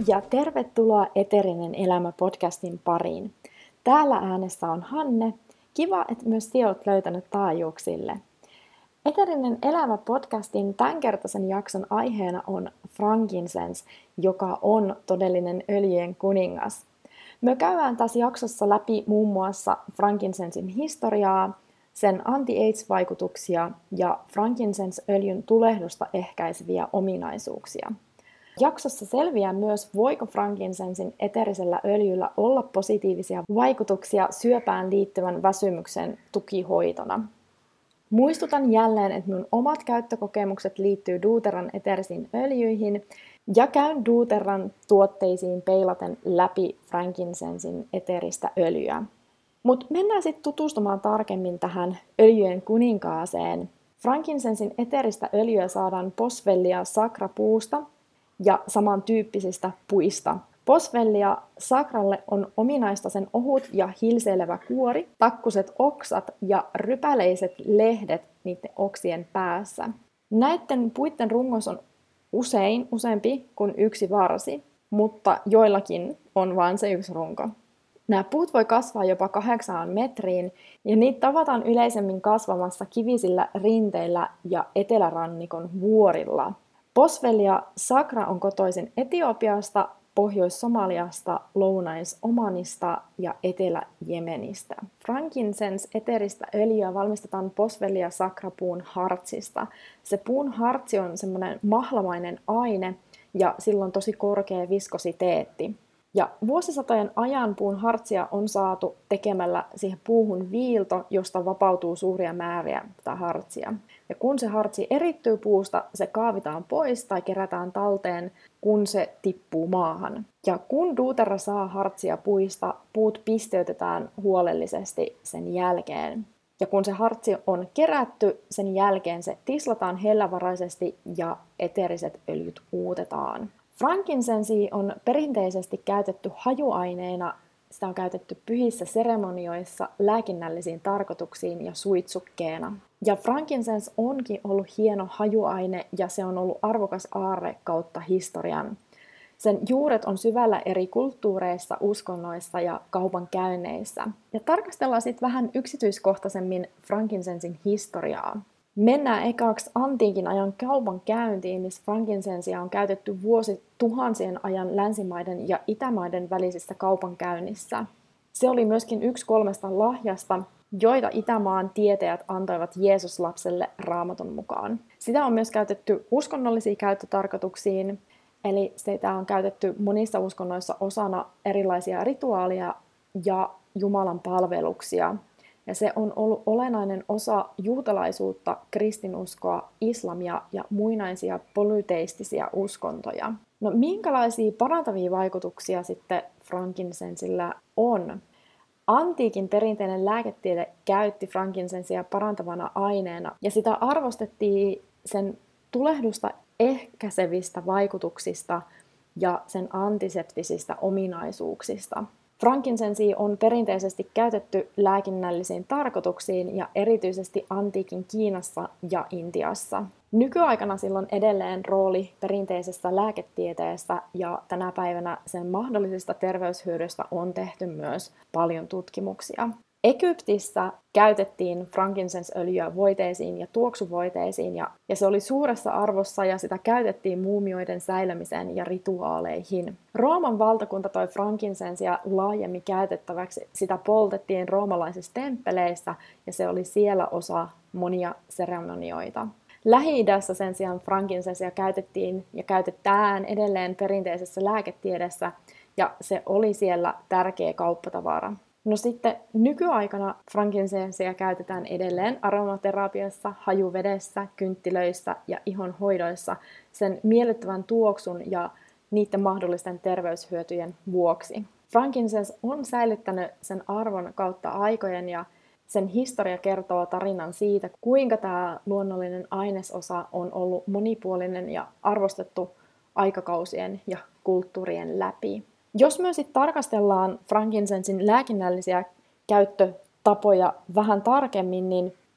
ja tervetuloa Eterinen elämä podcastin pariin. Täällä äänessä on Hanne. Kiva, että myös sinä olet löytänyt taajuuksille. Eterinen elämä podcastin tämänkertaisen jakson aiheena on frankincense, joka on todellinen öljyjen kuningas. Me käydään tässä jaksossa läpi muun muassa frankincensen historiaa, sen anti-AIDS-vaikutuksia ja frankincense-öljyn tulehdusta ehkäiseviä ominaisuuksia. Jaksossa selviää myös, voiko frankincensen eteerisellä öljyllä olla positiivisia vaikutuksia syöpään liittyvän väsymyksen tukihoitona. Muistutan jälleen, että minun omat käyttökokemukset liittyy doTERRAn eteerisiin öljyihin ja käyn doTERRAn tuotteisiin peilaten läpi frankincensen eteeristä öljyä. Mutta mennään sitten tutustumaan tarkemmin tähän öljyjen kuninkaaseen. Frankincensen eteeristä öljyä saadaan Boswellia sacra puusta ja samantyyppisistä puista. Boswellia sacralle on ominaista sen ohut ja hilseilevä kuori, takkuset oksat ja rypäleiset lehdet niiden oksien päässä. Näiden puiden rungos on useampi kuin yksi varsi, mutta joillakin on vain se yksi runko. Nämä puut voi kasvaa jopa 8 metriin ja niitä tavataan yleisemmin kasvamassa kivisillä rinteillä ja etelärannikon vuorilla. Boswellia sacra on kotoisin Etiopiasta, Pohjois-Somaliasta, Lounais-Omanista ja Etelä-Jemenistä. Frankincense eteeristä öljyä valmistetaan Boswellia sacra puun hartsista. Se puun hartsi on semmoinen mahlamainen aine ja sillä on tosi korkea viskositeetti. Ja vuosisatojen ajan puun hartsia on saatu tekemällä siihen puuhun viilto, josta vapautuu suuria määriä tätä hartsia. Ja kun se hartsi erittyy puusta, se kaavitaan pois tai kerätään talteen, kun se tippuu maahan. Ja kun doTERRA saa hartsia puista, puut pisteytetään huolellisesti sen jälkeen. Ja kun se hartsi on kerätty, sen jälkeen se tislataan hellävaraisesti ja eteeriset öljyt uutetaan. Frankincense on perinteisesti käytetty hajuaineena. Sitä on käytetty pyhissä seremonioissa, lääkinnällisiin tarkoituksiin ja suitsukkeena. Ja frankincense onkin ollut hieno hajuaine ja se on ollut arvokas aarre kautta historian. Sen juuret on syvällä eri kulttuureissa, uskonnoissa ja kaupankäynneissä. Ja tarkastellaan sitten vähän yksityiskohtaisemmin frankincensen historiaa. Mennään ekaksi antiikin ajan kaupankäyntiin, missä frankincensea on käytetty vuosituhansien ajan länsimaiden ja itämaiden välisissä kaupankäynnissä. Se oli myöskin yksi 3 lahjasta, joita Itämaan tietäjät antoivat Jeesuslapselle Raamatun mukaan. Sitä on myös käytetty uskonnollisiin käyttötarkoituksiin, eli sitä on käytetty monissa uskonnoissa osana erilaisia rituaaleja ja Jumalan palveluksia. Ja se on ollut olennainen osa juutalaisuutta, kristinuskoa, islamia ja muinaisia polyteistisia uskontoja. No minkälaisia parantavia vaikutuksia sitten frankincencellä on? Antiikin perinteinen lääketiede käytti frankincencea parantavana aineena ja sitä arvostettiin sen tulehdusta ehkäisevistä vaikutuksista ja sen antiseptisistä ominaisuuksista. Frankincense on perinteisesti käytetty lääkinnällisiin tarkoituksiin ja erityisesti antiikin Kiinassa ja Intiassa. Nykyaikana sillä on edelleen rooli perinteisessä lääketieteessä ja tänä päivänä sen mahdollisista terveyshyödyistä on tehty myös paljon tutkimuksia. Egyptissä käytettiin frankincense-öljyä voiteisiin ja tuoksuvoiteisiin ja se oli suuressa arvossa ja sitä käytettiin muumioiden säilymiseen ja rituaaleihin. Rooman valtakunta toi frankincencea laajemmin käytettäväksi. Sitä poltettiin roomalaisissa temppeleissä ja se oli siellä osa monia seremonioita. Lähi-idässä sen sijaan frankincencea käytettiin ja käytetään edelleen perinteisessä lääketiedessä ja se oli siellä tärkeä kauppatavara. No sitten nykyaikana frankincencea käytetään edelleen aromaterapiassa, hajuvedessä, kynttilöissä ja ihonhoidoissa sen miellyttävän tuoksun ja niiden mahdollisten terveyshyötyjen vuoksi. Frankincense on säilyttänyt sen arvon kautta aikojen ja sen historia kertoo tarinan siitä, kuinka tämä luonnollinen ainesosa on ollut monipuolinen ja arvostettu aikakausien ja kulttuurien läpi. Jos myös sitten tarkastellaan frankincensen lääkinnällisiä käyttötapoja vähän tarkemmin, niin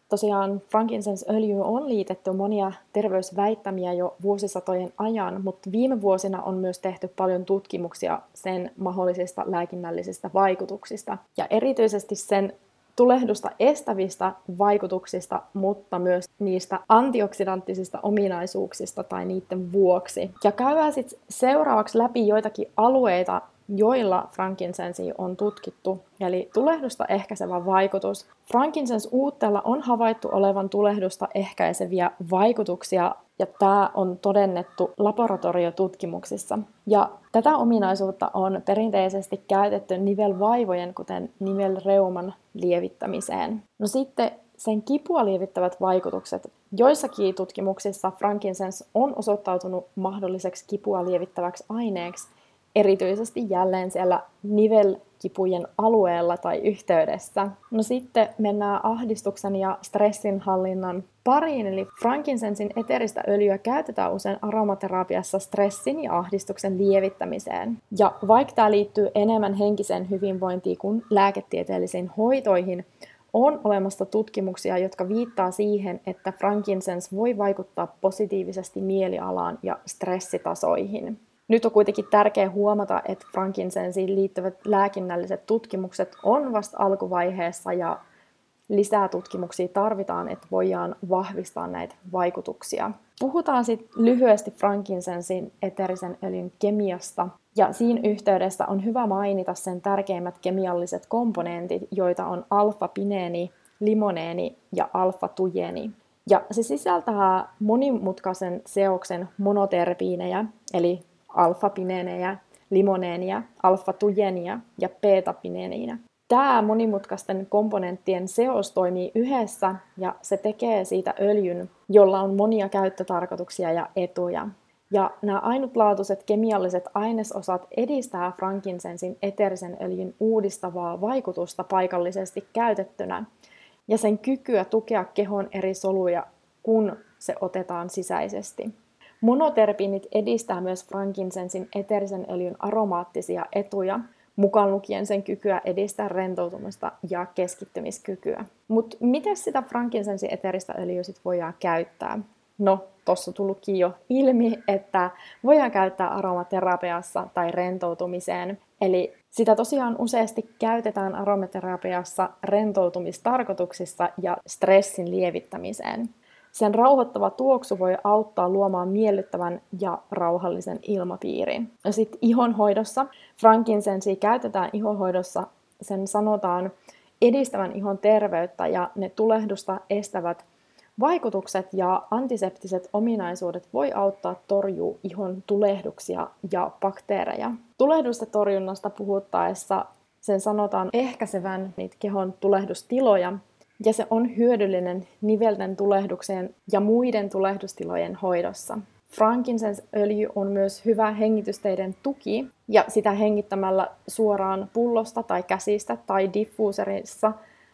Tosiaan frankincense-öljyyn on liitetty monia terveysväittämiä jo vuosisatojen ajan, mutta viime vuosina on myös tehty paljon tutkimuksia sen mahdollisista lääkinnällisistä vaikutuksista ja erityisesti sen tulehdusta estävistä vaikutuksista, mutta myös niistä antioksidanttisista ominaisuuksista tai niiden vuoksi. Ja käydään sitten seuraavaksi läpi joitakin alueita, joilla frankincense on tutkittu, eli tulehdusta ehkäisevä vaikutus. Frankincense-uutteella on havaittu olevan tulehdusta ehkäiseviä vaikutuksia, ja tämä on todennettu laboratoriotutkimuksissa. Ja tätä ominaisuutta on perinteisesti käytetty nivelvaivojen, kuten nivelreuman lievittämiseen. No sitten sen kipua lievittävät vaikutukset. Joissakin tutkimuksissa frankincense on osoittautunut mahdolliseksi kipua lievittäväksi aineeksi, erityisesti jälleen siellä nivelkipujen alueella tai yhteydessä. No sitten mennään ahdistuksen ja stressin hallinnan pariin, eli frankincensin eteeristä öljyä käytetään usein aromaterapiassa stressin ja ahdistuksen lievittämiseen. Ja vaikka tämä liittyy enemmän henkiseen hyvinvointiin kuin lääketieteellisiin hoitoihin, on olemassa tutkimuksia, jotka viittaa siihen, että frankincense voi vaikuttaa positiivisesti mielialaan ja stressitasoihin. Nyt on kuitenkin tärkeää huomata, että frankincensiin liittyvät lääkinnälliset tutkimukset on vasta alkuvaiheessa ja lisää tutkimuksia tarvitaan, että voidaan vahvistaa näitä vaikutuksia. Puhutaan sitten lyhyesti frankincensin eteerisen öljyn kemiasta. Ja siinä yhteydessä on hyvä mainita sen tärkeimmät kemialliset komponentit, joita on alfa-pineeni, limoneeni ja alfa-tujeeni. Ja se sisältää monimutkaisen seoksen monoterpiinejä, eli alfa-pineenejä, limoneenia, alfa-tujenia ja beta-pineeniä. Tämä monimutkaisten komponenttien seos toimii yhdessä ja se tekee siitä öljyn, jolla on monia käyttötarkoituksia ja etuja. Ja nämä ainutlaatuiset kemialliset ainesosat edistää frankincensin eteerisen öljyn uudistavaa vaikutusta paikallisesti käytettynä ja sen kykyä tukea kehon eri soluja, kun se otetaan sisäisesti. Monoterpiinit edistää myös frankincensin eteerisen öljyn aromaattisia etuja, mukaan lukien sen kykyä edistää rentoutumista ja keskittymiskykyä. Mutta miten sitä frankincensin eteeristä öljyä sit voidaan käyttää? No, tuossa tullutkin jo ilmi, että voidaan käyttää aromaterapiassa tai rentoutumiseen. Eli sitä tosiaan useasti käytetään aromaterapiassa rentoutumistarkoituksissa ja stressin lievittämiseen. Sen rauhoittava tuoksu voi auttaa luomaan miellyttävän ja rauhallisen ilmapiirin. Ja sitten ihonhoidossa. Frankincensia käytetään ihonhoidossa, sen sanotaan edistävän ihon terveyttä ja ne tulehdusta estävät vaikutukset ja antiseptiset ominaisuudet voi auttaa torjua ihon tulehduksia ja bakteereja. Tulehdusten torjunnasta puhuttaessa sen sanotaan ehkäisevän niitä kehon tulehdustiloja, ja se on hyödyllinen nivelten tulehdukseen ja muiden tulehdustilojen hoidossa. Frankincense-öljy on myös hyvä hengitysteiden tuki, ja sitä hengittämällä suoraan pullosta tai käsistä tai diffuuserissa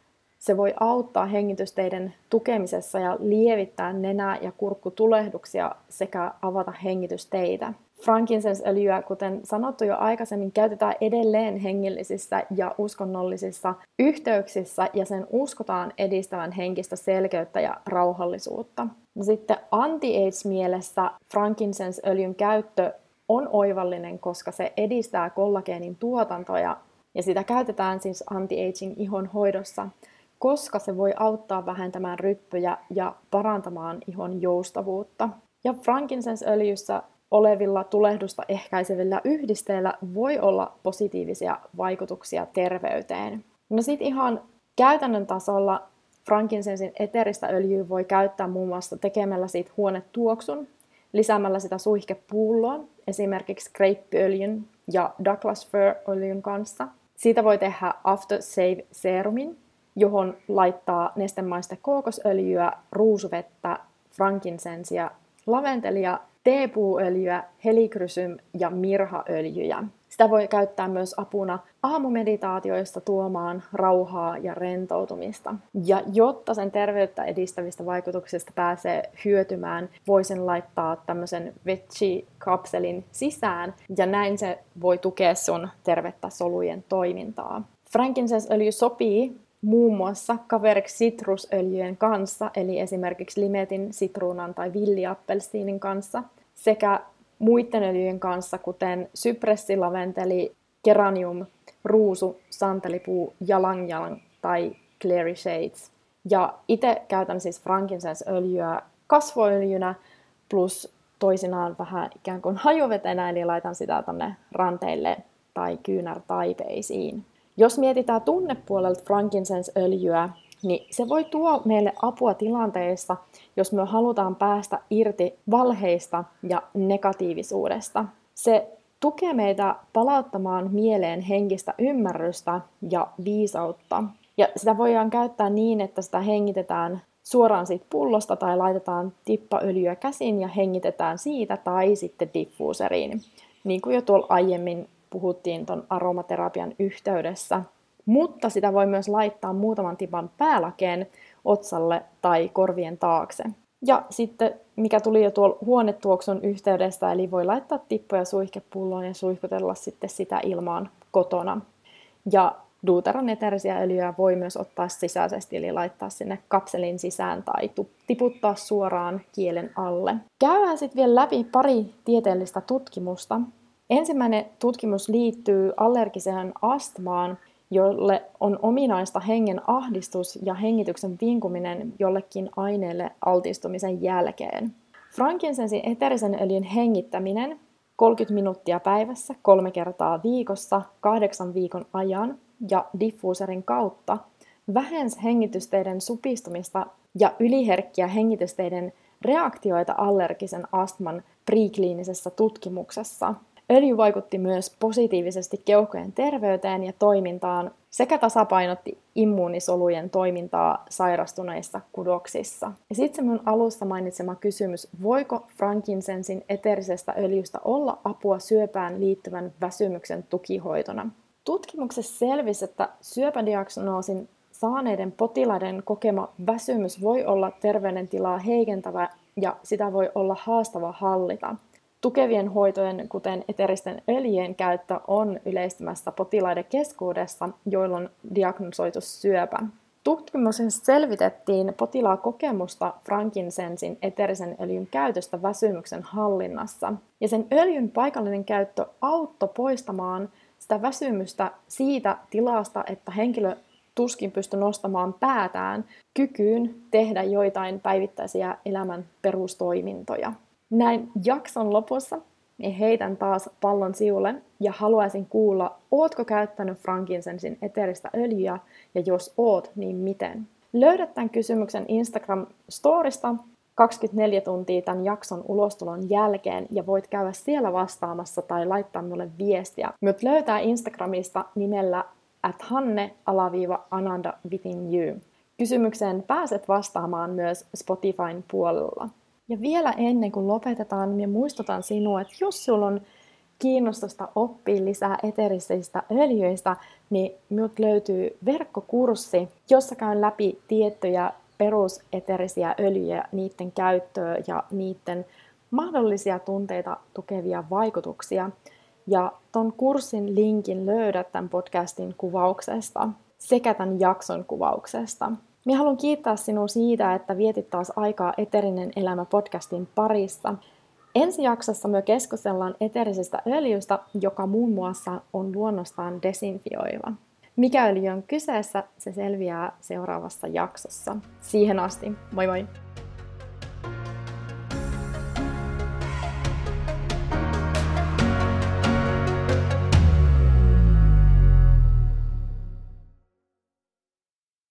se voi auttaa hengitysteiden tukemisessa ja lievittää nenä- ja kurkkutulehduksia sekä avata hengitysteitä. Frankincense-öljyä, kuten sanottu jo aikaisemmin, käytetään edelleen hengellisissä ja uskonnollisissa yhteyksissä ja sen uskotaan edistävän henkistä selkeyttä ja rauhallisuutta. Sitten anti-age-mielessä frankincense-öljyn käyttö on oivallinen, koska se edistää kollageenin tuotantoa ja sitä käytetään siis anti-aging ihon hoidossa, koska se voi auttaa vähentämään ryppyjä ja parantamaan ihon joustavuutta. Ja frankincense-öljyssä olevilla tulehdusta ehkäisevillä yhdisteillä voi olla positiivisia vaikutuksia terveyteen. No sitten ihan käytännön tasolla frankincensin eteeristä öljyä voi käyttää muun muassa tekemällä siitä huonetuoksun, lisäämällä sitä suihkepulloon, esimerkiksi greippiöljyn ja Douglas fir-öljyn kanssa. Siitä voi tehdä aftershave serumin, johon laittaa nestemaista kookosöljyä, ruusuvettä, frankincensia, laventelia, teepuuöljyä, helikrysym ja mirhaöljyjä. Sitä voi käyttää myös apuna aamumeditaatioista tuomaan rauhaa ja rentoutumista. Ja jotta sen terveyttä edistävistä vaikutuksista pääsee hyötymään, voi sen laittaa tämmöisen veggie-kapselin sisään ja näin se voi tukea sun tervettä solujen toimintaa. Frankincense-öljy sopii muun muassa kaveriksi sitrusöljyjen kanssa, eli esimerkiksi limetin, sitruunan tai villiappelsiinin kanssa, sekä muiden öljyjen kanssa, kuten sypressilaventeli, geranium, ruusu, santelipuu, ylang ylang tai clary shades. Ja itse käytän siis frankincense-öljyä kasvoöljynä plus toisinaan vähän ikään kuin hajuvetenä, eli laitan sitä tonne ranteille tai kyynärtaipeisiin. Jos mietitään tunnepuolelta frankincense-öljyä, niin se voi tuoda meille apua tilanteissa, jos me halutaan päästä irti valheista ja negatiivisuudesta. Se tukee meitä palauttamaan mieleen henkistä ymmärrystä ja viisautta. Ja sitä voidaan käyttää niin, että sitä hengitetään suoraan siitä pullosta tai laitetaan tippaöljyä käsin ja hengitetään siitä tai sitten diffuuseriin. Niin kuin jo tuolla aiemmin puhuttiin ton aromaterapian yhteydessä. Mutta sitä voi myös laittaa muutaman tipan päälakeen, otsalle tai korvien taakse. Ja sitten, mikä tuli jo tuolla huonetuoksun yhteydessä, eli voi laittaa tippoja suihkepulloon ja suihkutella sitten sitä ilmaan kotona. Ja doTERRAn eteerisiä öljyjä voi myös ottaa sisäisesti, eli laittaa sinne kapselin sisään tai tiputtaa suoraan kielen alle. Käydään sitten vielä läpi pari tieteellistä tutkimusta. Ensimmäinen tutkimus liittyy allergiseen astmaan, jolle on ominaista hengen ahdistus ja hengityksen vinkuminen jollekin aineelle altistumisen jälkeen. Frankincensin eteerisen öljyn hengittäminen 30 minuuttia päivässä 3 kertaa viikossa 8 viikon ajan ja diffuuserin kautta vähensi hengitysteiden supistumista ja yliherkkiä hengitysteiden reaktioita allergisen astman prekliinisessä tutkimuksessa. Öljy vaikutti myös positiivisesti keuhkojen terveyteen ja toimintaan sekä tasapainotti immuunisolujen toimintaa sairastuneissa kudoksissa. Ja sitten se mun alussa mainitsema kysymys, voiko frankincensin eteerisestä öljystä olla apua syöpään liittyvän väsymyksen tukihoitona? Tutkimuksessa selvisi, että syöpädiagnoosin saaneiden potilaiden kokema väsymys voi olla terveydentilaa heikentävä ja sitä voi olla haastava hallita. Tukevien hoitojen, kuten eteeristen öljyjen käyttö, on yleistymässä potilaiden keskuudessa, joilla on diagnosoitu syöpä. Tutkimuksessa selvitettiin potilaan kokemusta frankincensin eteerisen öljyn käytöstä väsymyksen hallinnassa. Ja sen öljyn paikallinen käyttö auttoi poistamaan sitä väsymystä siitä tilasta, että henkilö tuskin pystyi nostamaan päätään kykyyn tehdä joitain päivittäisiä elämän perustoimintoja. Näin jakson lopussa heitän taas pallon sivulle ja haluaisin kuulla, ootko käyttänyt frankincensin eteeristä öljyä ja jos oot, niin miten? Löydät tämän kysymyksen Instagram-storista 24 tuntia tämän jakson ulostulon jälkeen ja voit käydä siellä vastaamassa tai laittaa minulle viestiä. Mut löytää Instagramista nimellä @hanne_ananda_within_you. Kysymykseen pääset vastaamaan myös Spotifyn puolella. Ja vielä ennen kuin lopetetaan, minä muistutan sinua, että jos sinulla on kiinnostusta oppia lisää eteerisistä öljyistä, niin minulta löytyy verkkokurssi, jossa käyn läpi tiettyjä peruseteerisiä öljyjä, niiden käyttöä ja niiden mahdollisia tunteita tukevia vaikutuksia. Ja ton kurssin linkin löydät tämän podcastin kuvauksesta sekä tämän jakson kuvauksesta. Minä haluan kiittää sinua siitä, että vietit taas aikaa Eteerinen elämä podcastin parissa. Ensi jaksossa me keskustellaan eteerisestä öljystä, joka muun muassa on luonnostaan desinfioiva. Mikä öljy on kyseessä, se selviää seuraavassa jaksossa. Siihen asti, moi moi!